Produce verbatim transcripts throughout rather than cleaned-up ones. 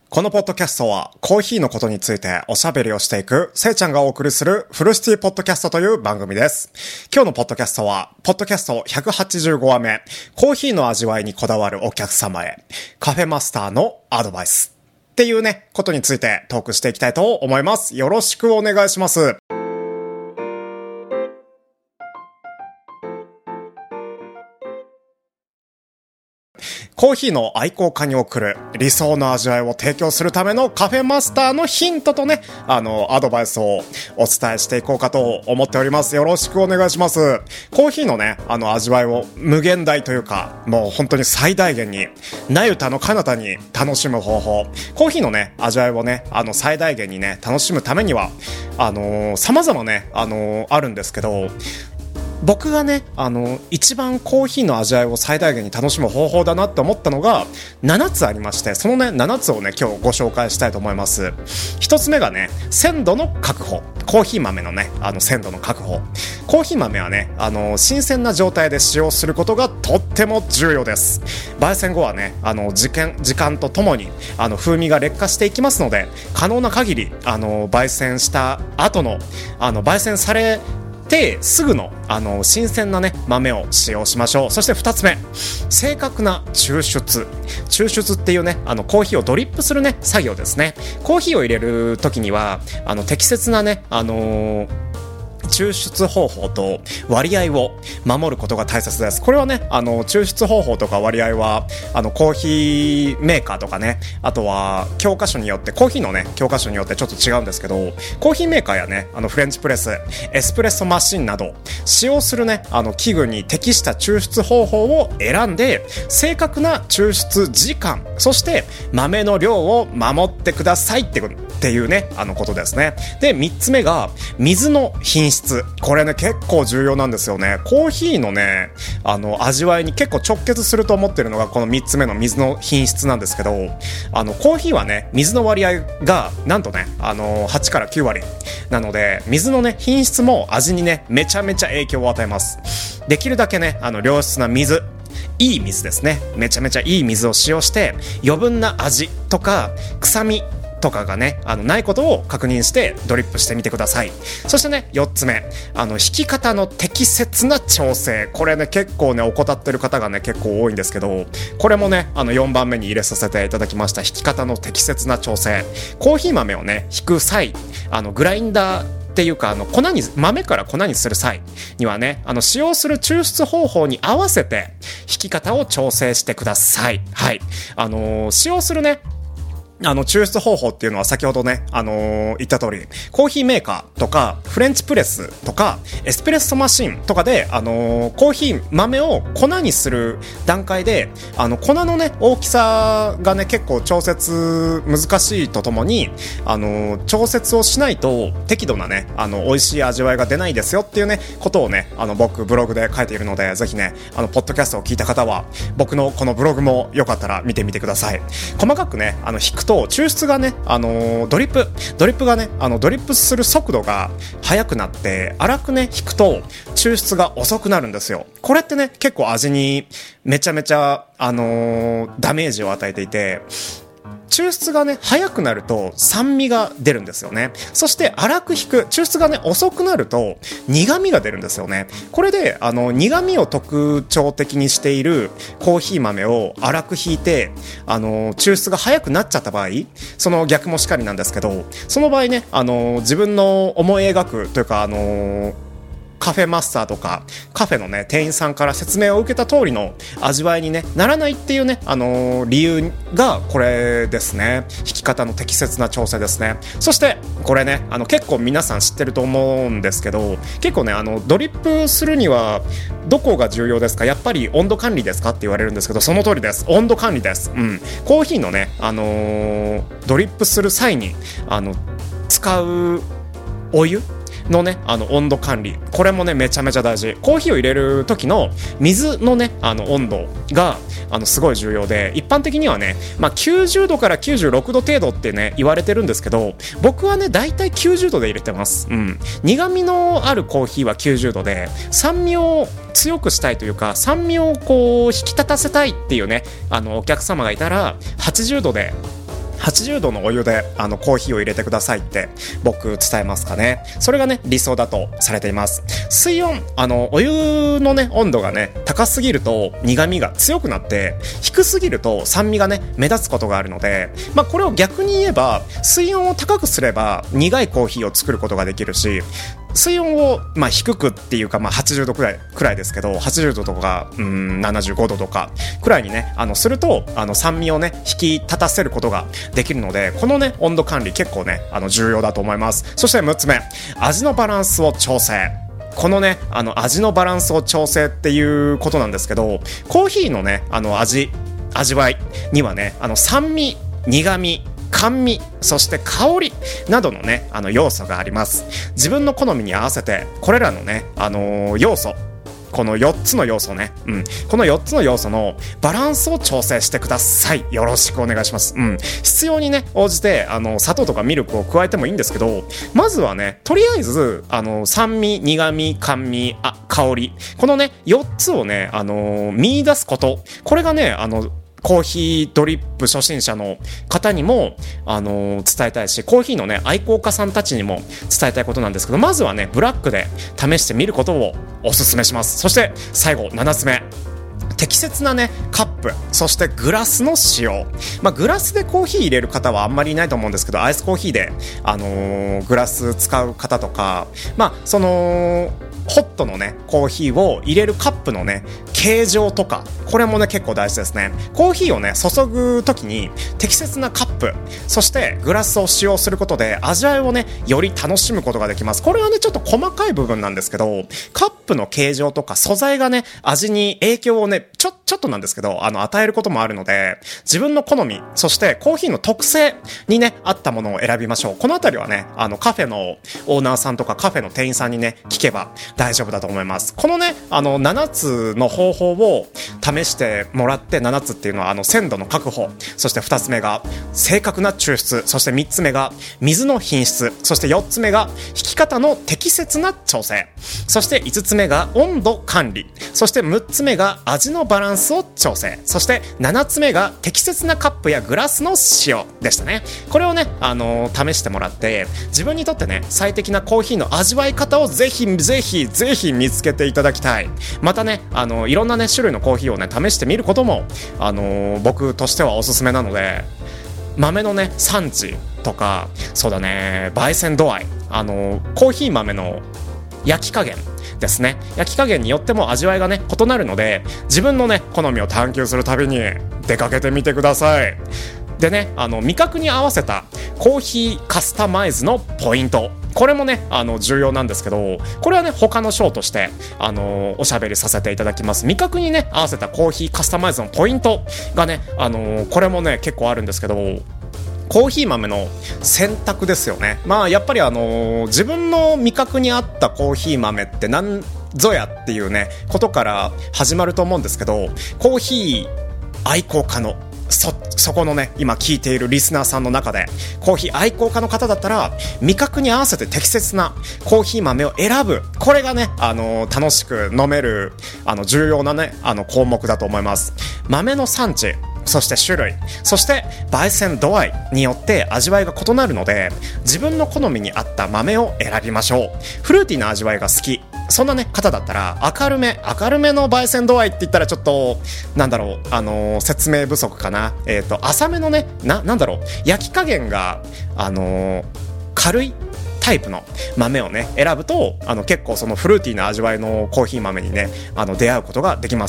このポッドキャストはコーヒーのことについておしゃべりをしていくせいちゃんがお送りするフルシティポッドキャストという番組です。今日のポッドキャストはポッドキャストひゃくはちじゅうごわめ、コーヒーの味わいにこだわるお客様へカフェマスターのアドバイスっていうねことについてトークしていきたいと思います。よろしくお願いします。コーヒーの愛好家に送る理想の味わいを提供するためのカフェマスターのヒントとね、あの、アドバイスをお伝えしていこうかと思っております。よろしくお願いします。コーヒーのね、あの味わいを無限大というか、もう本当に最大限に、なゆたの彼方に楽しむ方法。コーヒーのね、味わいをね、あの、最大限にね、楽しむためには、あのー、様々ね、あのー、あるんですけど、僕がね、あの、一番コーヒーの味わいを最大限に楽しむ方法だなって思ったのがななつありまして、そのね、ななつをね、今日ご紹介したいと思います。ひとつめがね、鮮度の確保。コーヒー豆のね、あの、鮮度の確保。コーヒー豆はね、あの、新鮮な状態で使用することがとっても重要です。焙煎後はね、あの、時間、時間とともに、あの、風味が劣化していきますので、可能な限り、あの、焙煎した後の、あの、焙煎され、ですぐの、あの新鮮なね豆を使用しましょう。そしてふたつめ、正確な抽出。抽出っていうね、あのコーヒーをドリップするね作業ですね。コーヒーを入れる時にはあの適切なね、あのー抽出方法と割合を守ることが大切です。これはね、あの抽出方法とか割合はあのコーヒーメーカーとかね、あとは教科書によってコーヒーのね教科書によってちょっと違うんですけど、コーヒーメーカーやね、あのフレンチプレス、エスプレッソマシンなど使用するね、あの器具に適した抽出方法を選んで、正確な抽出時間、そして豆の量を守ってくださいってことっていうね、あのことですね。で、みっつめが水の品質。これね、結構重要なんですよね。コーヒーのね、あの味わいに結構直結すると思ってるのがこのみっつめの水の品質なんですけど、あのコーヒーはね、水の割合がなんとね、あのはちからきゅうわりなので、水のね品質も味にねめちゃめちゃ影響を与えます。できるだけね、あの良質な水、いい水ですね、めちゃめちゃいい水を使用して、余分な味とか臭みとかがね、あのないことを確認してドリップしてみてください。そしてね、よっつめ、あの引き方の適切な調整。これね、結構ね怠ってる方がね結構多いんですけど、これもね、あのよんばんめに入れさせていただきました。引き方の適切な調整。コーヒー豆をね引く際、あのグラインダーっていうか、あの粉に、豆から粉にする際にはね、あの使用する抽出方法に合わせて引き方を調整してください。はい、あのー、使用するねあの抽出方法っていうのは先ほどね、あのー、言った通り、コーヒーメーカーとかフレンチプレスとかエスプレッソマシンとかで、あのー、コーヒー豆を粉にする段階で、あの粉のね大きさがね結構調節難しいとともに、あのー、調節をしないと適度なね、あの美味しい味わいが出ないですよっていうねことをね、あの僕ブログで書いているので、ぜひね、あのポッドキャストを聞いた方は僕のこのブログもよかったら見てみてください。細かくね、あの引くと抽出がね、あのー、ドリップドリップがね、あのドリップする速度が速くなって、粗くね引くと抽出が遅くなるんですよ。これってね結構味にめちゃめちゃ、あのー、ダメージを与えていて、抽出がね早くなると酸味が出るんですよね。そして粗く引く、抽出がね遅くなると苦味が出るんですよね。これであの苦味を特徴的にしているコーヒー豆を粗く引いて、あの抽出が早くなっちゃった場合、その逆もしかりなんですけど、その場合ね、あの自分の思い描くというか、あのカフェマスターとかカフェのね店員さんから説明を受けた通りの味わいに、ね、ならないっていうね、あのー、理由がこれですね。引き方の適切な調整ですね。そしてこれね、あの結構皆さん知ってると思うんですけど、結構ね、あのドリップするにはどこが重要ですか、やっぱり温度管理ですかって言われるんですけど、その通りです。温度管理です、うん、コーヒーのね、あのー、ドリップする際にあの使うお湯のね、あの温度管理、これもねめちゃめちゃ大事。コーヒーを入れる時の水のね、あの温度があのすごい重要で、一般的にはね、まあ、きゅうじゅうどからきゅうじゅうろくど程度ってね言われてるんですけど、僕はねだいたいきゅうじゅうどで入れてます、うん、苦味のあるコーヒーはきゅうじゅうどで、酸味を強くしたいというか、酸味をこう引き立たせたいっていうね、あのお客様がいたらはちじゅうどではちじゅうどのお湯であのコーヒーを入れてくださいって僕伝えますかね。それがね理想だとされています。水温、あのお湯のね温度がね高すぎると苦味が強くなって、低すぎると酸味がね目立つことがあるので、まあこれを逆に言えば水温を高くすれば苦いコーヒーを作ることができるし、水温をまあ低くっていうか、まあはちじゅうどくらいくらいですけど、はちじゅうどとかうーんななじゅうごどとかくらいにねあのすると、あの酸味をね引き立たせることができるので、このね温度管理結構ねあの重要だと思います。そしてむっつめ、味のバランスを調整。このねあの味のバランスを調整っていうことなんですけど、コーヒーのねあの味味わいにはねあの酸味、苦味、甘味、そして香りなどのねあの要素があります。自分の好みに合わせてこれらのねあのー、要素、このよっつの要素ね、うん、このよっつの要素のバランスを調整してください。よろしくお願いします。うん、必要にね応じてあの砂糖とかミルクを加えてもいいんですけど、まずはねとりあえずあの酸味、苦味、甘味、あ香り、このねよっつをねあのー、見出すこと、これがねあのコーヒードリップ初心者の方にも、あのー、伝えたいし、コーヒーのね愛好家さんたちにも伝えたいことなんですけど、まずはねブラックで試してみることをおすすめします。そして最後ななつめ、適切なねカップ、そしてグラスの使用。まあグラスでコーヒー入れる方はあんまりいないと思うんですけど、アイスコーヒーで、あのー、グラス使う方とか、まあそのホットのねコーヒーを入れるカップのね形状とか、これもね結構大事ですね。コーヒーをね注ぐときに適切なカップ、そしてグラスを使用することで味わいをねより楽しむことができます。これはねちょっと細かい部分なんですけど、カップの形状とか素材がね味に影響をねちょちょっとなんですけどあの与えることもあるので、自分の好み、そしてコーヒーの特性にね合ったものを選びましょう。このあたりはねあのカフェのオーナーさんとかカフェの店員さんにね聞けば大丈夫だと思います。このねあのななつの方法を試してもらって、ななつっていうのはあの鮮度の確保、そしてふたつめが正確な抽出、そしてみっつめが水の品質、そしてよっつめが引き方の適切な調整、そしていつつめが温度管理、そしてむっつめが味のバランスを調整、そしてななつめが適切なカップやグラスの使用でしたね。これをね、あのー、試してもらって自分にとってね最適なコーヒーの味わい方をぜひぜひぜひ見つけていただきたい。またね、あのー、いろんなね種類のコーヒーをね試してみることも、あのー、僕としてはおすすめなので、豆のね産地とか、そうだね焙煎度合い、あのー、コーヒー豆の焼き加減ですね、焼き加減によっても味わいがね異なるので、自分のね好みを探求するたびに出かけてみてください。でね、あの味覚に合わせたコーヒーカスタマイズのポイント、これもねあの重要なんですけど、これはね他の章としてあのおしゃべりさせていただきます。味覚にね合わせたコーヒーカスタマイズのポイントがね、あのこれもね結構あるんですけど、コーヒー豆の選択ですよね。まあやっぱりあの自分の味覚に合ったコーヒー豆って何ぞやっていうねことから始まると思うんですけど、コーヒー愛好家のそ, そこのね今聞いているリスナーさんの中でコーヒー愛好家の方だったら、味覚に合わせて適切なコーヒー豆を選ぶ、これがねあの楽しく飲めるあの重要なねあの項目だと思います。豆の産地、そして種類、そして焙煎度合いによって味わいが異なるので、自分の好みに合った豆を選びましょう。フルーティーな味わいが好き、そんなね方だったら明るめ明るめの焙煎度合いって言ったらちょっとなんだろう、あのー、説明不足かな。えっと浅めのねななんだろう焼き加減があのー、軽いタイプの豆をね選ぶと、あの結構そのフルーティーな味わいのコーヒー豆にねあの出会うことができます。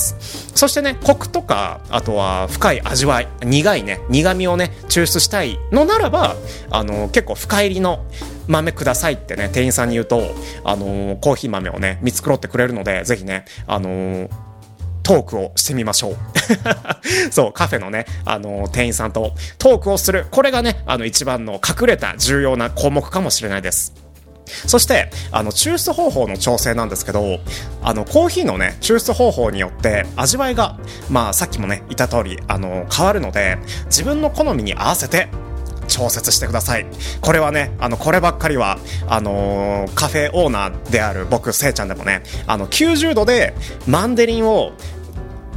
そしてねコクとか、あとは深い味わい、苦いね苦味をね抽出したいのならば、あの結構深入りの豆くださいってね店員さんに言うと、あのー、コーヒー豆をね見繕ってくれるので、ぜひねあのートークをしてみましょうそうカフェのね、あのー、店員さんとトークをする、これがねあの一番の隠れた重要な項目かもしれないです。そしてあの抽出方法の調整なんですけど、あのコーヒーのね抽出方法によって味わいが、まあさっきもね言った通りあの変わるので、自分の好みに合わせて調節してください。これはねあのこればっかりはあのー、カフェオーナーである僕せいちゃんでもね、あのきゅうじゅうどでマンデリンを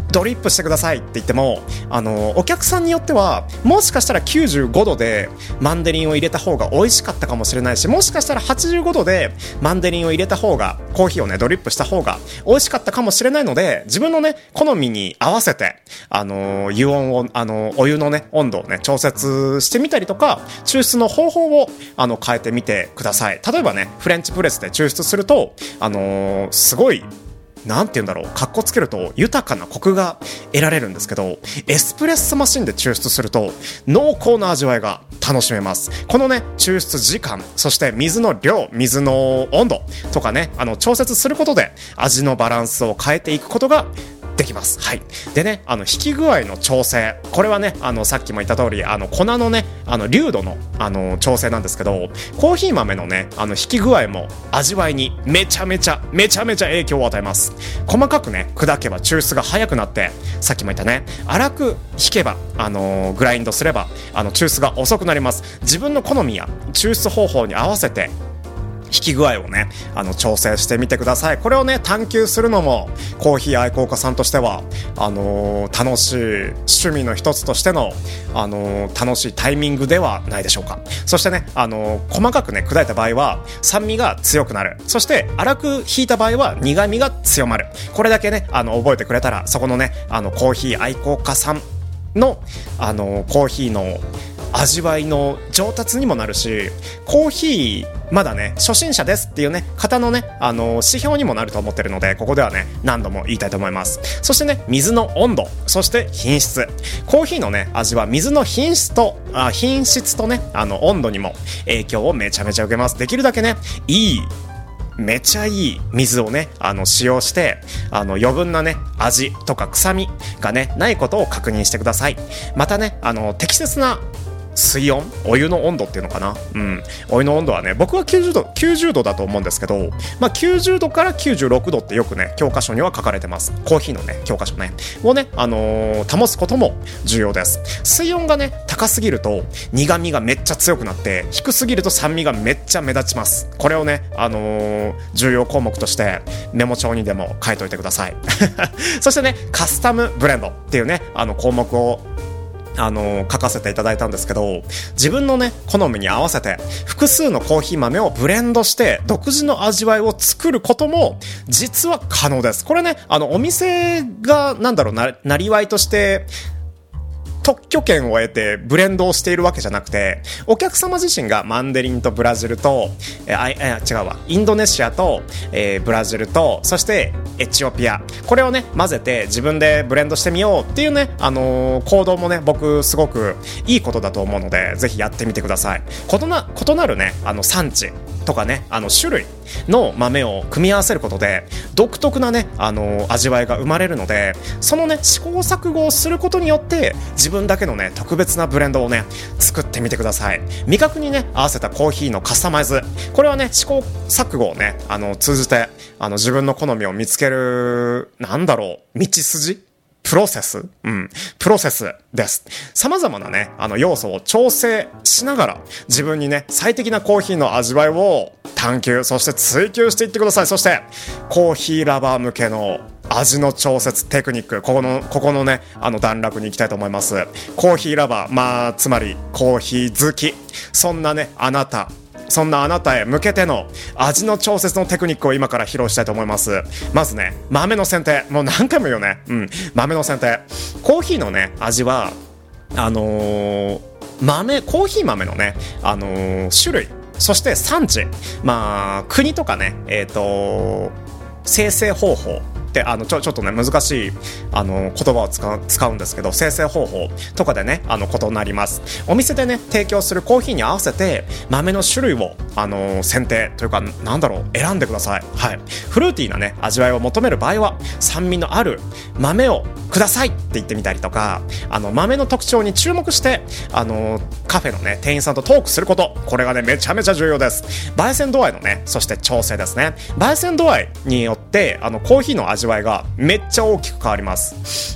ドリップしてくださいって言っても、あのお客さんによってはもしかしたらきゅうじゅうごどでマンデリンを入れた方が美味しかったかもしれないし、もしかしたらはちじゅうごどでマンデリンを入れた方が、コーヒーをねドリップした方が美味しかったかもしれないので、自分のね好みに合わせてあの油温をあのお湯のね温度をね調節してみたりとか、抽出の方法をあの変えてみてください。例えばねフレンチプレスで抽出すると、あのー、すごいなんて言うんだろう、カッコつけると豊かなコクが得られるんですけど、エスプレッソマシンで抽出すると濃厚な味わいが楽しめます。このね抽出時間、そして水の量、水の温度とかね、あの調節することで味のバランスを変えていくことができます。はい。でね、あの引き具合の調整、これはね、あのさっきも言った通り、あの粉のね、あの粒度のあの調整なんですけど、コーヒー豆のね、あの引き具合も味わいにめちゃめちゃめちゃめちゃ影響を与えます。細かくね砕けば抽出が早くなって、さっきも言ったね、粗く引けばあのグラインドすればあの抽出が遅くなります。自分の好みや抽出方法に合わせて引き具合をねあの調整してみてください。これをね探求するのもコーヒー愛好家さんとしてはあのー、楽しい趣味の一つとしての、あのー、楽しいタイミングではないでしょうか。そしてね、あのー、細かくね砕いた場合は酸味が強くなる。そして粗く引いた場合は苦味が強まる。これだけねあの覚えてくれたら、そこのねあのコーヒー愛好家さんの、あのー、コーヒーの味わいの上達にもなるし、コーヒーまだね初心者ですっていうね方のねあの指標にもなると思ってるので、ここではね何度も言いたいと思います。そしてね水の温度、そして品質、コーヒーのね味は水の品質とあ品質とねあの温度にも影響をめちゃめちゃ受けます。できるだけねいいめちゃいい水をねあの使用して、あの余分なね味とか臭みがねないことを確認してください。またねあの適切な水温、お湯の温度っていうのかな、うん、お湯の温度はね僕はきゅうじゅうどきゅうじゅうどだと思うんですけど、まあ、きゅうじゅうどからきゅうじゅうろくどってよくね教科書には書かれてます。コーヒーのね教科書ねをね、あのー、保つことも重要です。水温がね高すぎると苦味がめっちゃ強くなって、低すぎると酸味がめっちゃ目立ちます。これをね、あのー、重要項目としてメモ帳にでも書いといてくださいそしてねカスタムブレンドっていうねあの項目をあのー、書かせていただいたんですけど、自分のね好みに合わせて複数のコーヒー豆をブレンドして独自の味わいを作ることも実は可能です。これねあのお店がなんだろうな、なりわいとして特許権を得てブレンドをしているわけじゃなくて、お客様自身がマンデリンとブラジルと、えー、あえー、違うわインドネシアと、えー、ブラジルと、そしてエチオピア、これをね混ぜて自分でブレンドしてみようっていうね、あのー、行動もね僕すごくいいことだと思うので、ぜひやってみてください。異な、異なるねあの産地とかねあの種類の豆を組み合わせることで独特なねあのー、味わいが生まれるので、そのね試行錯誤をすることによって自分だけのね特別なブレンドをね作ってみてください。味覚にね合わせたコーヒーのカスタマイズ、これはね試行錯誤をねあの通じてあの自分の好みを見つける、なんだろう、道筋プロセス、うん、プロセスです。様々なね、あの要素を調整しながら自分にね最適なコーヒーの味わいを探求、そして追求していってください。そしてコーヒーラバー向けの味の調節テクニック、ここのここのねあの段落に行きたいと思います。コーヒーラバー、まあつまりコーヒー好き、そんなねあなたそんなあなたへ向けての味の調節のテクニックを今から披露したいと思います。まずね豆の選定、もう何回も言うね、うん、豆の選定。コーヒーのね味はあのー、豆コーヒー豆のね、あのー、種類、そして産地、まあ国とかねえっと生成方法であのちょ、ちょっとね難しいあの言葉を使う、使うんですけど、生成方法とかでねあの異なります。お店でね提供するコーヒーに合わせて豆の種類をあの選定というかなんだろう選んでください。はい、フルーティーなね味わいを求める場合は酸味のある豆をくださいって言ってみたりとか、あの豆の特徴に注目してあのカフェのね店員さんとトークすること、これがねめちゃめちゃ重要です。焙煎度合いのね、そして調整ですね。焙煎度合いによってあのコーヒーの味わいがめっちゃ大きく変わります。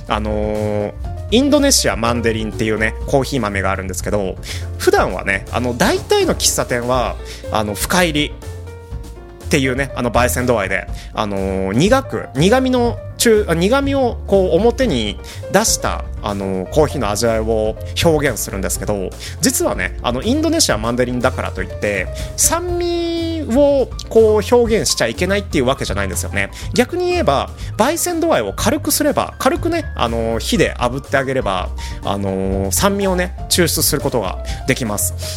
あのー、インドネシアマンデリンっていうねコーヒー豆があるんですけど、普段はねあの大体の喫茶店はあの深入りっていうねあの焙煎度合いで、あのー、苦く苦味の中苦味をこう表に出したあのコーヒーの味わいを表現するんですけど、実はねあのインドネシアマンダリンだからといって酸味をこう表現しちゃいけないっていうわけじゃないんですよね。逆に言えば焙煎度合いを軽くすれば、軽くねあの火で炙ってあげればあの酸味をね抽出することができます。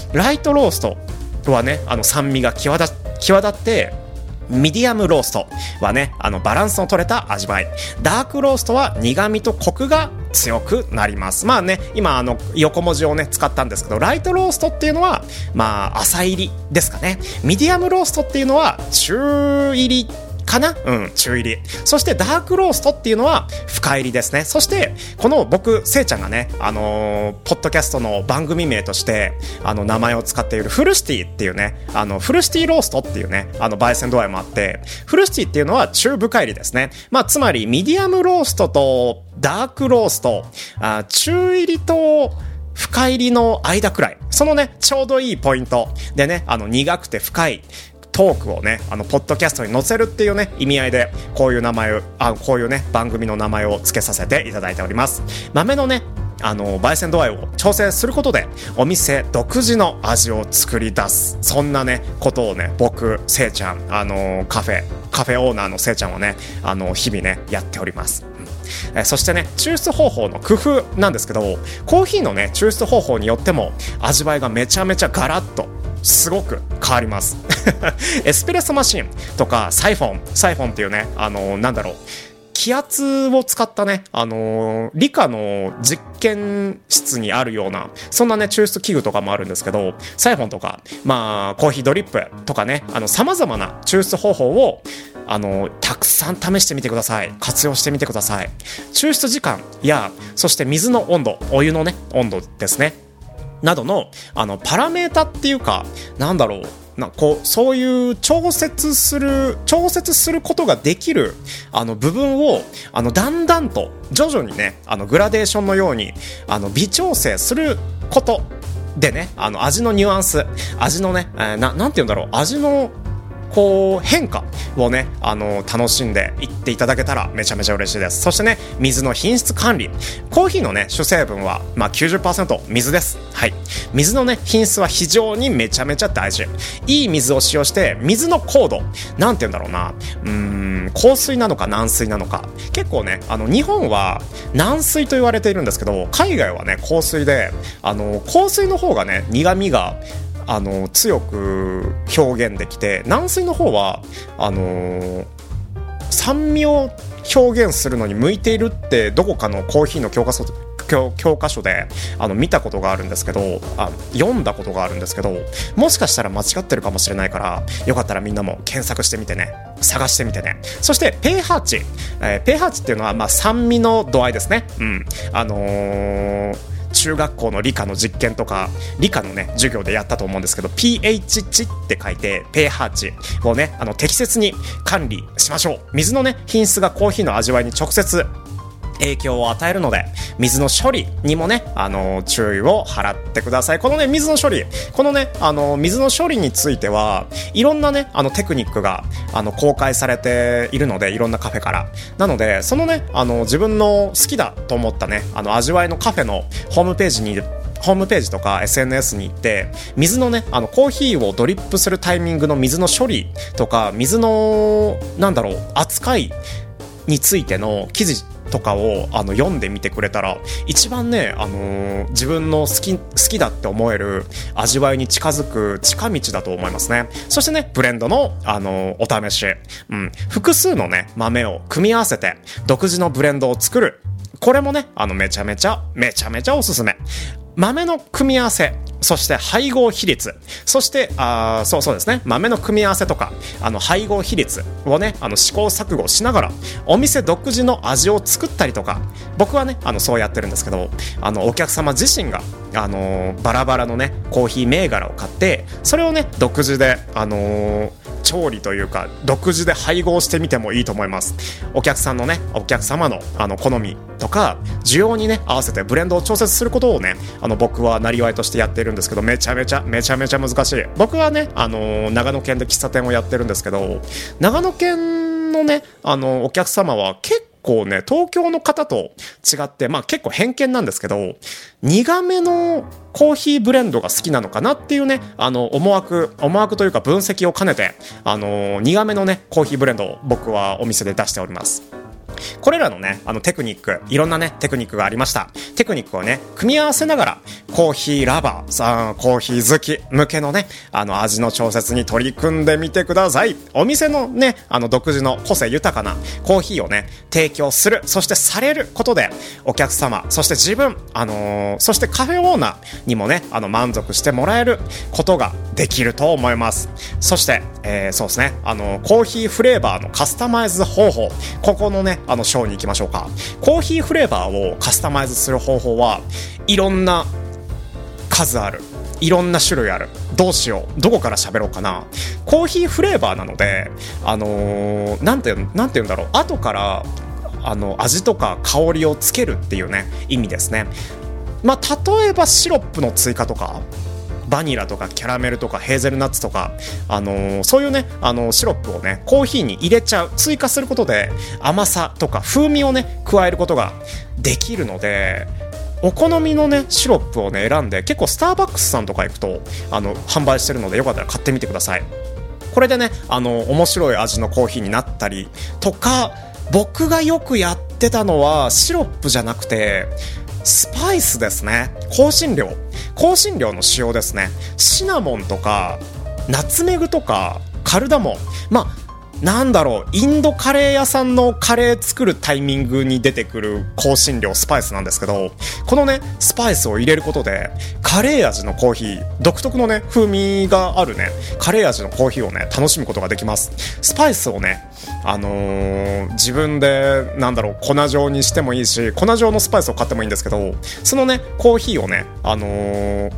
ライトローストはねあの酸味が際立際立ってミディアムローストはねあのバランスの取れた味わい、ダークローストは苦味とコクが強くなります。まあね今あの横文字をね使ったんですけど、ライトローストっていうのはまあ浅入りですかね。ミディアムローストっていうのは中入りかな、うん、中入り。そしてダークローストっていうのは深入りですね。そしてこの僕せいちゃんがねあのー、ポッドキャストの番組名としてあの名前を使っているフルシティっていうねあのフルシティローストっていうねあの焙煎度合いもあって、フルシティっていうのは中深入りですね。まあつまりミディアムローストとダークロースト、あ中入りと深入りの間くらい、そのねちょうどいいポイントでねあの苦くて深いトークをねあのポッドキャストに載せるっていうね意味合いでこういう名前をあこういうね番組の名前を付けさせていただいております。豆のねあの焙煎度合いを調整することでお店独自の味を作り出す、そんなねことをね僕せいちゃんあのカフェカフェオーナーのせいちゃんはねあの日々ねやっております。えそしてね抽出方法の工夫なんですけど、コーヒーのね抽出方法によっても味わいがめちゃめちゃガラッとすごく変わりますエスプレッソマシンとかサイフォンサイフォンっていうねあのなんだろう気圧を使ったね、あのー、理科の実験室にあるようなそんなね抽出器具とかもあるんですけど、サイフォンとかまあコーヒードリップとかねあの様々な抽出方法をあのたくさん試してみてください。活用してみてください。抽出時間やそして水の温度、お湯のね温度ですねなどのあのパラメータっていうかなんだろうなこうそういう調節する調節することができるあの部分をあのだんだんと徐々にねあのグラデーションのようにあの微調整することでねあの味のニュアンス味のね、えー、な, なんて言うんだろう味のこう変化をねあの楽しんでいっていただけたらめちゃめちゃ嬉しいです。そしてね水の品質管理、コーヒーのね主成分は、まあ、きゅうじゅっパーセント 水です。はい、水のね品質は非常にめちゃめちゃ大事。いい水を使用して水の硬度なんて言うんだろうなうーん硬水なのか軟水なのか、結構ねあの日本は軟水と言われているんですけど海外はね硬水であの硬水の方がね苦味があの強く表現できて、軟水の方はあのー、酸味を表現するのに向いているってどこかのコーヒーの教科書教, 教科書であの見たことがあるんですけどあ読んだことがあるんですけど、もしかしたら間違ってるかもしれないからよかったらみんなも検索してみてね、探してみてね。そして pH 値、えー、pH 値っていうのは、まあ、酸味の度合いですね。うんあのー中学校の理科の実験とか理科のね授業でやったと思うんですけど pH 値って書いて pH 値をねあの適切に管理しましょう。水のね品質がコーヒーの味わいに直接影響を与えるので水の処理にもね、あのー、注意を払ってください。このね水の処理このね、あのー、水の処理についてはいろんなねあのテクニックがあの公開されているので、いろんなカフェからなのでそのねあの自分の好きだと思ったねあの味わいのカフェのホームページにホームページとか エスエヌエス に行って水のねあのコーヒーをドリップするタイミングの水の処理とか水のなんだろう扱いについての記事とかをあの読んでみてくれたら一番ね、あのー、自分の好き、好きだって思える味わいに近づく近道だと思いますね。そしてねブレンドの、あのー、お試し、うん、複数のね豆を組み合わせて独自のブレンドを作る、これもねあのめちゃめちゃめちゃめちゃおすすめ。豆の組み合わせ、そして配合比率、そしてあそうそうですね豆の組み合わせとかあの配合比率をねあの試行錯誤しながらお店独自の味を作ったりとか、僕はねあのそうやってるんですけど、あのお客様自身があのバラバラのねコーヒー銘柄を買ってそれをね独自であのー調理というか独自で配合してみてもいいと思います。お客さんのねお客様のあの好みとか需要にね合わせてブレンドを調節することをねあの僕はなりわいとしてやっているんですけど、めちゃめちゃめちゃめちゃ難しい。僕はねあのー、長野県で喫茶店をやってるんですけど、長野県のねあのお客様は結構構ね、東京の方と違って、まあ結構偏見なんですけど、苦めのコーヒーブレンドが好きなのかなっていうね、あの、思惑、思惑というか分析を兼ねて、あの、苦めのね、コーヒーブレンドを僕はお店で出しております。これらのね、あのテクニック、いろんなね、テクニックがありました。テクニックをね、組み合わせながら、コーヒーラバー、さあ、コーヒー好き向けのね、あの味の調節に取り組んでみてください。お店のね、あの独自の個性豊かなコーヒーをね、提供する、そしてされることで、お客様、そして自分、あのー、そしてカフェオーナーにもね、あの満足してもらえることができると思います。そして、えー、そうですね、あのコーヒーフレーバーのカスタマイズ方法、ここのね、あの章に行きましょうか。コーヒーフレーバーをカスタマイズする方法はいろんな数ある、いろんな種類ある。どうしよう、どこから喋ろうかな。コーヒーフレーバーなので、あのー、なんてなんて言うんだろう、後からあの味とか香りをつけるっていうね、意味ですね。まあ例えばシロップの追加とか、バニラとかキャラメルとかヘーゼルナッツとか、あのー、そういうね、あのー、シロップをね、コーヒーに入れちゃう、追加することで甘さとか風味をね、加えることができるので、お好みのね、シロップをね、選んで、結構スターバックスさんとか行くと、あの、販売してるので、よかったら買ってみてください。これでね、あの、面白い味のコーヒーになったりとか、僕がよくやってたのは、シロップじゃなくて、スパイスですね。香辛料。香辛料の使用ですね。シナモンとか、ナツメグとか、カルダモン。まあ、なんだろう、インドカレー屋さんのカレー作るタイミングに出てくる香辛料、スパイスなんですけど、このね、スパイスを入れることで、カレー味のコーヒー、独特のね、風味があるね、カレー味のコーヒーをね、楽しむことができます。スパイスをね、あのー、自分で、なんだろう、粉状にしてもいいし、粉状のスパイスを買ってもいいんですけど、そのね、コーヒーをね、あのー、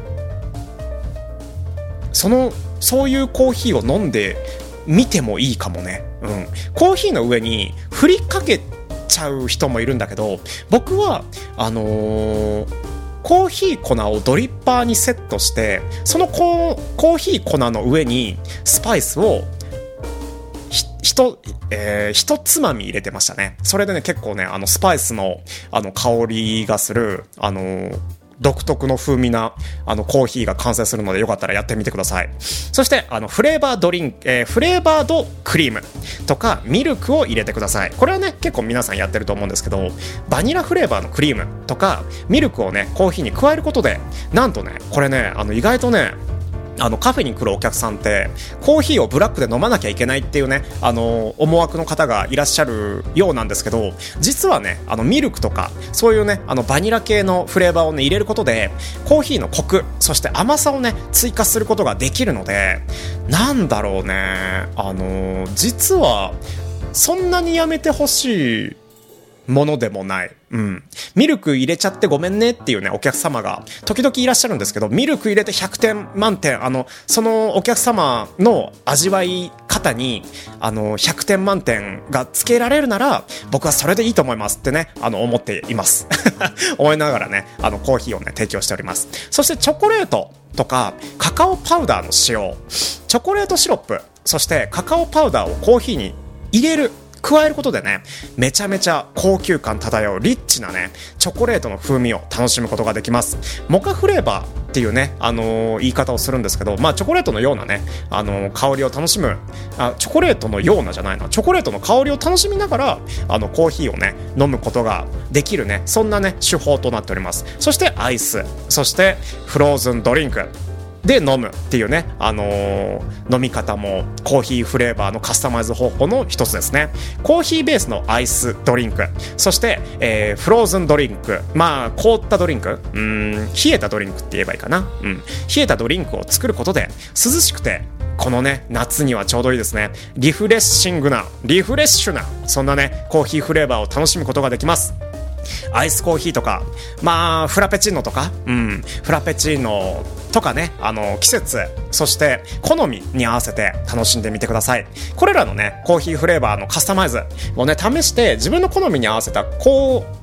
その、そういうコーヒーを飲んで、見てもいいかもね、うん、コーヒーの上に振りかけちゃう人もいるんだけど、僕はあのー、コーヒー粉をドリッパーにセットして、そのコ ー, コーヒー粉の上にスパイスをひひと、えー、一つまみ入れてましたね。それでね、結構ね、あのスパイスのあの香りがする、あのー独特の風味なあのコーヒーが完成するので、よかったらやってみてください。そしてあのフレーバードリンク、えー、フレーバードクリームとかミルクを入れてください。これはね、結構皆さんやってると思うんですけど、バニラフレーバーのクリームとかミルクをね、コーヒーに加えることで、なんとね、これね、あの意外とね、あのカフェに来るお客さんってコーヒーをブラックで飲まなきゃいけないっていうね、あの思惑の方がいらっしゃるようなんですけど、実はね、あのミルクとかそういうね、あのバニラ系のフレーバーをね、入れることでコーヒーのコク、そして甘さをね、追加することができるので、なんだろうね、あの実はそんなにやめてほしいものでもない。うん。ミルク入れちゃってごめんねっていうね、お客様が時々いらっしゃるんですけど、ミルク入れてひゃくてん満点、あの、そのお客様の味わい方に、あの、ひゃくてん満点がつけられるなら、僕はそれでいいと思いますってね、あの、思っています。思いながらね、あの、コーヒーをね、提供しております。そしてチョコレートとか、カカオパウダーの使用、チョコレートシロップ、そしてカカオパウダーをコーヒーに入れる、加えることでね、めちゃめちゃ高級感漂うリッチなね、チョコレートの風味を楽しむことができます。モカフレーバーっていうね、あのー、言い方をするんですけど、まあチョコレートのようなね、あのー、香りを楽しむ、あ、チョコレートのようなじゃないな、チョコレートの香りを楽しみながら、あのコーヒーをね、飲むことができるね、そんなね、手法となっております。そしてアイス、そしてフローズンドリンクで飲むっていうね、あのー、飲み方もコーヒーフレーバーのカスタマイズ方法の一つですね。コーヒーベースのアイスドリンク、そして、えー、フローズンドリンク、まあ凍ったドリンク、うーん、冷えたドリンクって言えばいいかな、うん、冷えたドリンクを作ることで涼しくて、このね、夏にはちょうどいいですね。リフレッシングな、リフレッシュな、そんなね、コーヒーフレーバーを楽しむことができます。アイスコーヒーとか、まあフラペチーノとか、うん、フラペチーノとかね、あの季節、そして好みに合わせて楽しんでみてください。これらのね、コーヒーフレーバーのカスタマイズをね、試して自分の好みに合わせたこう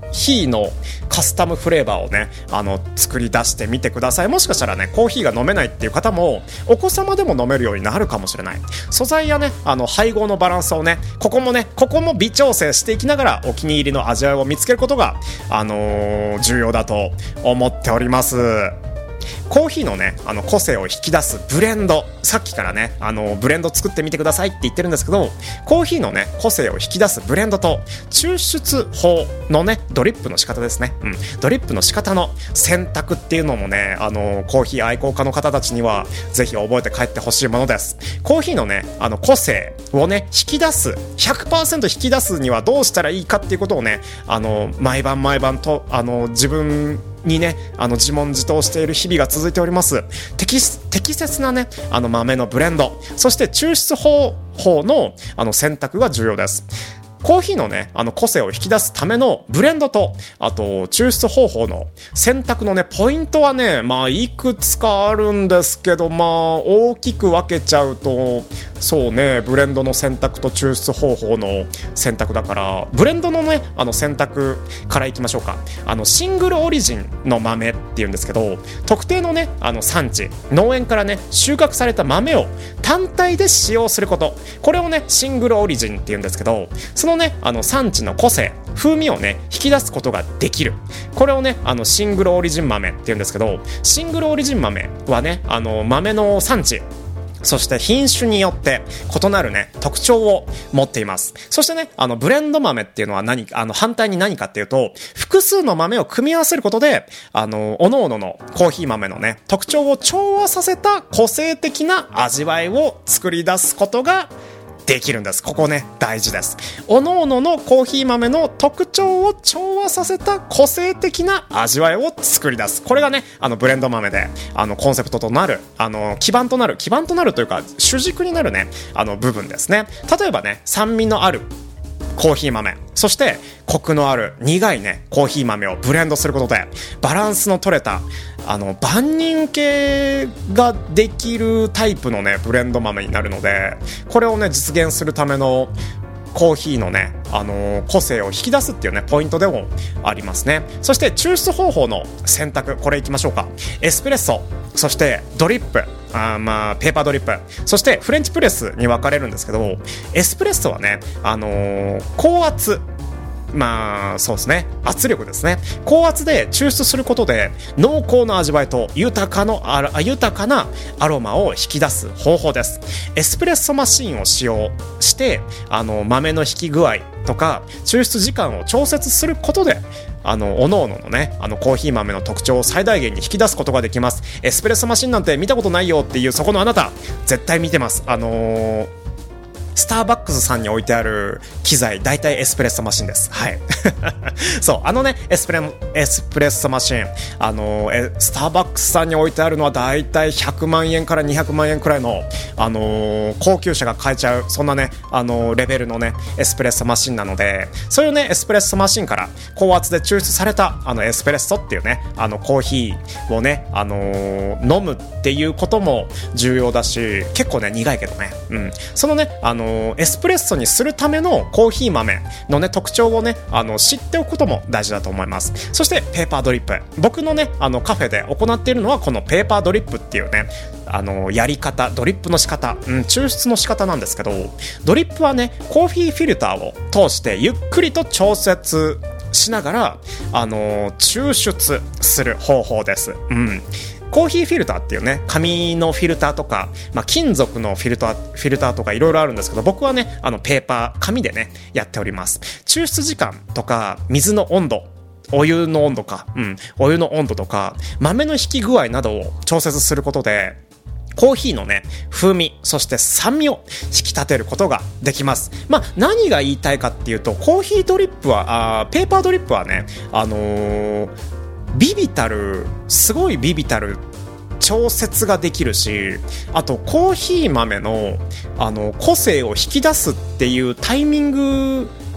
ヒーのカスタムフレーバーをね、あの作り出してみてください。もしかしたらね、コーヒーが飲めないっていう方もお子様でも飲めるようになるかもしれない。素材やね、あの配合のバランスをね、ここもね、ここも微調整していきながらお気に入りの味わいを見つけることが、あのー、重要だと思っております。コーヒーのね、あの個性を引き出すブレンド、さっきからね、あのブレンド作ってみてくださいって言ってるんですけど、コーヒーのね個性を引き出すブレンドと抽出法のねドリップの仕方ですね、うん、ドリップの仕方の選択っていうのもね、あのコーヒー愛好家の方たちにはぜひ覚えて帰ってほしいものです。コーヒーのね、あの個性をね引き出す ひゃくパーセント 引き出すにはどうしたらいいかっていうことをね、あの毎晩毎晩とあの自分にね、あの自問自答している日々が続いております。適, 適切なね、あの豆のブレンド、そして抽出方法のあの選択が重要です。コーヒーのね、あの個性を引き出すためのブレンドと、あと抽出方法の選択のねポイントはね、まあいくつかあるんですけど、まあ大きく分けちゃうと、そうね、ブレンドの選択と抽出方法の選択だから、ブレンドのね、あの選択からいきましょうか。あのシングルオリジンの豆っていうんですけど、特定のね、あの産地、農園からね収穫された豆を単体で使用すること、これをねシングルオリジンっていうんですけど、そのね、あの産地の個性、風味をね引き出すことができる。これをね、あのシングルオリジン豆っていうんですけど、シングルオリジン豆はね、あの豆の産地、そして品種によって異なるね特徴を持っています。そしてね、あのブレンド豆っていうのは何か、あの反対に何かっていうと、複数の豆を組み合わせることで、あの各々のコーヒー豆のね特徴を調和させた個性的な味わいを作り出すことができるんです。ここね大事です。各々のコーヒー豆の特徴を調和させた個性的な味わいを作り出す。これがね、あのブレンド豆で、あのコンセプトとなる、あの基盤となる基盤となるというか主軸になるね、あの部分ですね。例えばね、酸味のあるコーヒー豆、そしてコクのある苦いねコーヒー豆をブレンドすることで、バランスの取れた、あの万人受けができるタイプのねブレンド豆になるので、これをね実現するためのコーヒーのね、あのー、個性を引き出すっていうねポイントでもありますね。そして抽出方法の選択、これいきましょうか。エスプレッソ、そしてドリップ、あまあペーパードリップ、そしてフレンチプレスに分かれるんですけど、エスプレッソはね、あのー、高圧、まあそうですね、圧力ですね。高圧で抽出することで濃厚な味わいと豊かのあ豊かなアロマを引き出す方法です。エスプレッソマシンを使用して、あの豆の引き具合とか抽出時間を調節することで、あの各々のね、あのコーヒー豆の特徴を最大限に引き出すことができます。エスプレッソマシンなんて見たことないよっていうそこのあなた、絶対見てます。あのースターバックスさんに置いてある機材、大体エスプレッソマシンです。はい。そう、あのね、エスプレ、エスプレッソマシン、あのえ、スターバックスさんに置いてあるのは大体ひゃくまんえんからにひゃくまんえんくらいの、あのー、高級車が買えちゃう、そんなね、あのー、レベルのね、エスプレッソマシンなので、そういうね、エスプレッソマシンから高圧で抽出された、あの、エスプレッソっていうね、あの、コーヒーをね、あのー、飲むっていうことも重要だし、結構ね、苦いけどね、うん。そのね、あのエスプレッソにするためのコーヒー豆のね特徴をね、あの知っておくことも大事だと思います。そしてペーパードリップ、僕のねあのカフェで行っているのはこのペーパードリップっていうね、あのやり方、ドリップの仕方、うん、抽出の仕方なんですけど、ドリップはねコーヒーフィルターを通してゆっくりと調節しながら、あの抽出する方法です。うん。コーヒーフィルターっていうね、紙のフィルターとか、まあ、金属のフィルター、フィルターとかいろいろあるんですけど、僕はね、あのペーパー、紙でね、やっております。抽出時間とか、水の温度、お湯の温度か、うん、お湯の温度とか、豆の引き具合などを調節することで、コーヒーのね、風味、そして酸味を引き立てることができます。まあ、何が言いたいかっていうと、コーヒードリップは、あペーパードリップはね、あのー、ビビたる、すごいビビたる調節ができるし、あとコーヒー豆のあの個性を引き出すっていうタイミング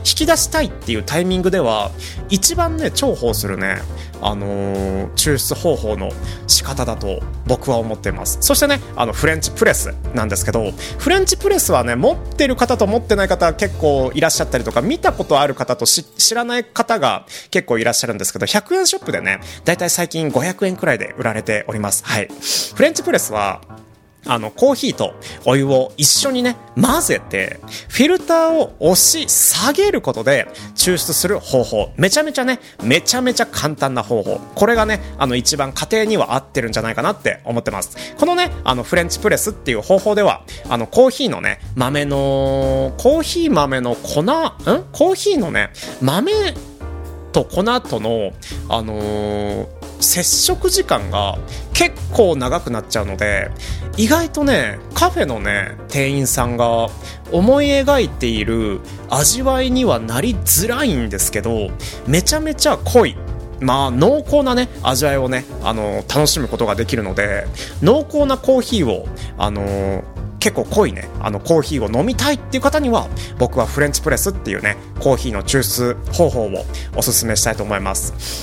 引き出したいっていうタイミングでは一番ね重宝するねあのー、抽出方法の仕方だと僕は思っています。そしてねあのフレンチプレスなんですけど、フレンチプレスはね持ってる方と持ってない方結構いらっしゃったりとか、見たことある方と知らない方が結構いらっしゃるんですけど、ひゃくえんショップでねだいたい最近ごひゃくえんくらいで売られております。はい。フレンチプレスはあのコーヒーとお湯を一緒にね混ぜてフィルターを押し下げることで抽出する方法、めちゃめちゃねめちゃめちゃ簡単な方法、これがねあの一番家庭には合ってるんじゃないかなって思ってます。このねあのフレンチプレスっていう方法ではあのコーヒーのね豆のコーヒー豆の粉んコーヒーのね豆と粉とのあのー接触時間が結構長くなっちゃうので、意外とねカフェのね店員さんが思い描いている味わいにはなりづらいんですけど、めちゃめちゃ濃い、まあ濃厚なね味わいをねあの楽しむことができるので、濃厚なコーヒーをあの結構濃いねあのコーヒーを飲みたいっていう方には僕はフレンチプレスっていうねコーヒーの抽出方法をおすすめしたいと思います。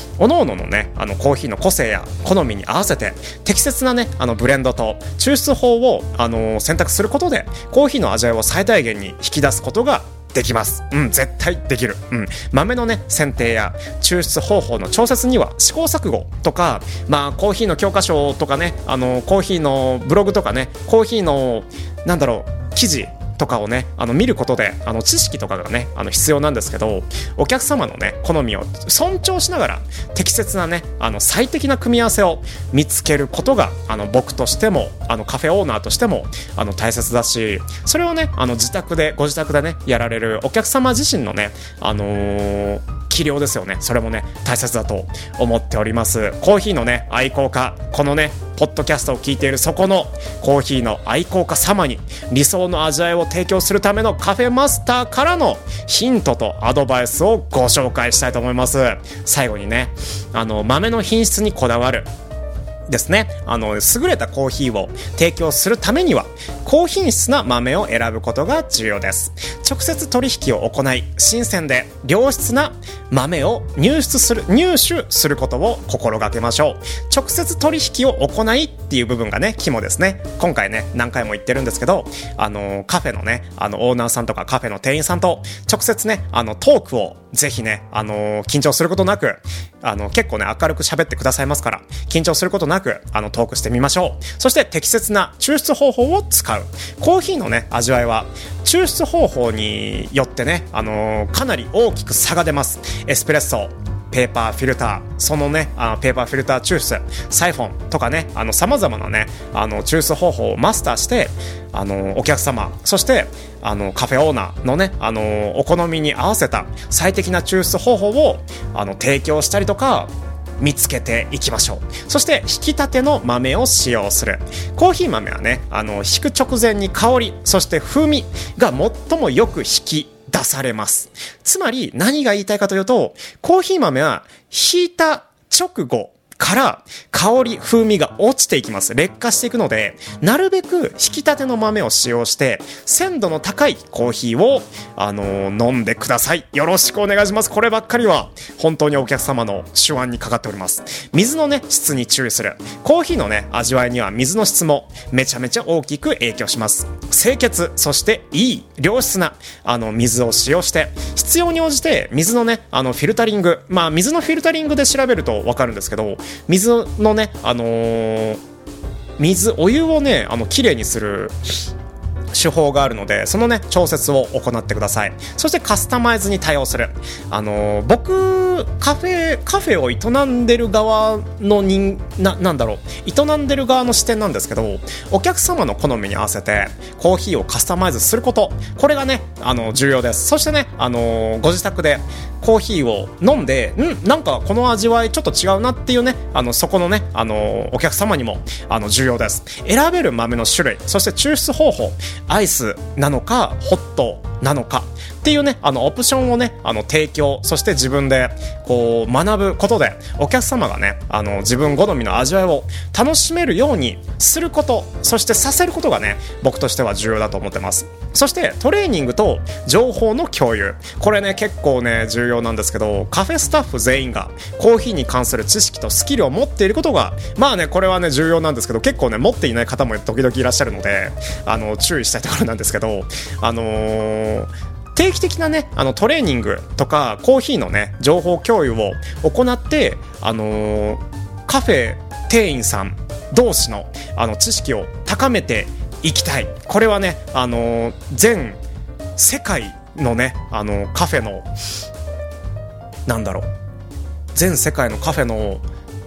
おのおののねあのコーヒーの個性や好みに合わせて適切なねあのブレンドと抽出法をあの選択することでコーヒーの味わいを最大限に引き出すことができます。うん、絶対できる。うん、豆のね選定や抽出方法の調節には試行錯誤とか、まあコーヒーの教科書とかね、あのコーヒーのブログとかね、コーヒーのなんだろう記事とかをねあの見ることであの知識とかがねあの必要なんですけど、お客様のね好みを尊重しながら適切なねあの最適な組み合わせを見つけることがあの僕としてもあのカフェオーナーとしてもあの大切だし、それをねあの自宅でご自宅でねやられるお客様自身のねあのー器量ですよね。それもね大切だと思っております。コーヒーのね愛好家、このねポッドキャストを聞いているそこのコーヒーの愛好家様に理想の味わいを提供するためのカフェマスターからのヒントとアドバイスをご紹介したいと思います。最後にねあの豆の品質にこだわるですね、あの優れたコーヒーを提供するためには高品質な豆を選ぶことが重要です。直接取引を行い新鮮で良質な豆を入手する入手することを心がけましょう。直接取引を行いっていう部分がね肝ですね。今回ね何回も言ってるんですけど、あのカフェのねあのオーナーさんとかカフェの店員さんと直接ねあのトークをぜひねあの緊張することなく、あの結構ね明るく喋ってくださいますから、緊張することなくあのトークしてみましょう。そして適切な抽出方法を使う。コーヒーのね味わいは抽出方法によってねあのかなり大きく差が出ます。エスプレッソ、ペーパーフィルター、そのねあのペーパーフィルター抽出、サイフォンとかねあの様々なねあの抽出方法をマスターしてあのお客様、そしてあのカフェオーナーのねあのお好みに合わせた最適な抽出方法をあの提供したりとか見つけていきましょう。そして引き立ての豆を使用する。コーヒー豆はねあの引く直前に香り、そして風味が最もよく引き出されます。つまり何が言いたいかというと、コーヒー豆は引いた直後から香り風味が落ちていきます。劣化していくので、なるべく引き立ての豆を使用して鮮度の高いコーヒーを、あのー、飲んでください。よろしくお願いします。こればっかりは本当にお客様の手腕にかかっております。水のね質に注意する。コーヒーのね味わいには水の質もめちゃめちゃ大きく影響します。清潔、そしていい良質なあの水を使用して、必要に応じて水のねあのフィルタリング、まあ水のフィルタリングで調べるとわかるんですけど、水のねあのー、水お湯をねあのきれいにする手法があるので、そのね調節を行ってください。そしてカスタマイズに対応する。あのー、僕カフェカフェを営んでる側の人ななんだろう営んでる側の視点なんですけど、お客様の好みに合わせてコーヒーをカスタマイズすること、これがねあの重要です。そしてねあのー、ご自宅でコーヒーを飲んでんなんかこの味わいちょっと違うなっていうねあのそこのねあのお客様にもあの重要です。選べる豆の種類、そして抽出方法、アイスなのかホットなのか、 っていうね、あのオプションをね、あの提供、そして自分でこう学ぶことで、お客様がね、あの自分好みの味わいを楽しめるようにすること、そしてさせることがね、僕としては重要だと思ってます。そしてトレーニングと情報の共有、これね結構ね重要なんですけど、カフェスタッフ全員がコーヒーに関する知識とスキルを持っていることが、まあねこれはね重要なんですけど、結構ね持っていない方も時々いらっしゃるので、あの注意したいところなんですけど、あのー定期的なね、あのトレーニングとかコーヒーのね情報共有を行って、あのー、カフェ店員さん同士のあの知識を高めていきたい。これはね、あのー、全世界のね、あのー、カフェのなんだろう全世界のカフェの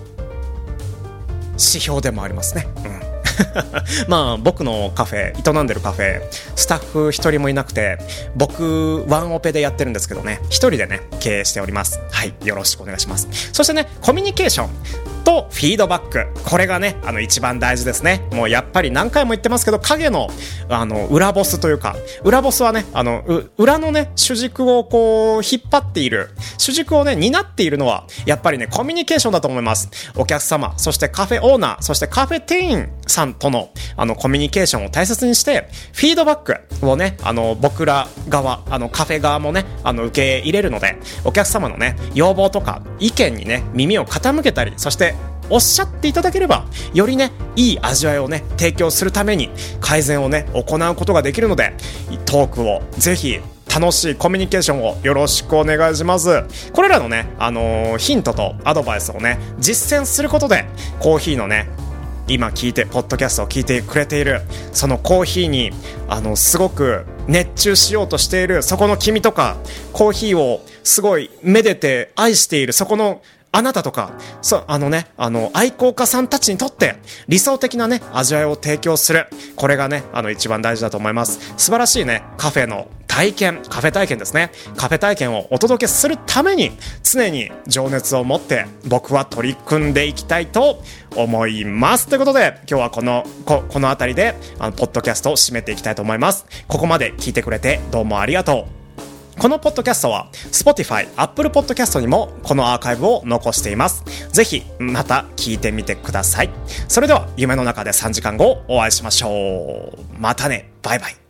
指標でもありますね。うんまあ僕のカフェ、営んでるカフェ、スタッフ一人もいなくて、僕ワンオペでやってるんですけどね、一人でね経営しております。はい、よろしくお願いします。そしてね、コミュニケーションとフィードバック、これがねあの一番大事ですね。もうやっぱり何回も言ってますけど、影のあの裏ボスというか、裏ボスはね、あの裏のね主軸をこう引っ張っている、主軸をね担っているのはやっぱりねコミュニケーションだと思います。お客様、そしてカフェオーナー、そしてカフェ店員さんとのあのコミュニケーションを大切にして、フィードバックをね、あの僕ら側、あのカフェ側もねあの受け入れるので、お客様のね要望とか意見にね耳を傾けたり、そしておっしゃっていただければ、よりねいい味わいをね提供するために改善をね行うことができるので、トークをぜひ楽しいコミュニケーションをよろしくお願いします。これらのね、あのー、ヒントとアドバイスをね実践することで、コーヒーのね今聞いてポッドキャストを聞いてくれている、そのコーヒーにあのすごく熱中しようとしているそこの君とか、コーヒーをすごいめでて愛しているそこのあなたとか、そうあのねあの愛好家さんたちにとって理想的なね味わいを提供する、これがねあの一番大事だと思います。素晴らしいねカフェの体験、カフェ体験ですね、カフェ体験をお届けするために常に情熱を持って僕は取り組んでいきたいと思います。ということで今日はこのこ、このあたりであのポッドキャストを締めていきたいと思います。ここまで聞いてくれてどうもありがとう。このポッドキャストは Spotify、Apple Podcast にもこのアーカイブを残しています。ぜひまた聞いてみてください。それでは夢の中でさんじかんごお会いしましょう。またね、バイバイ。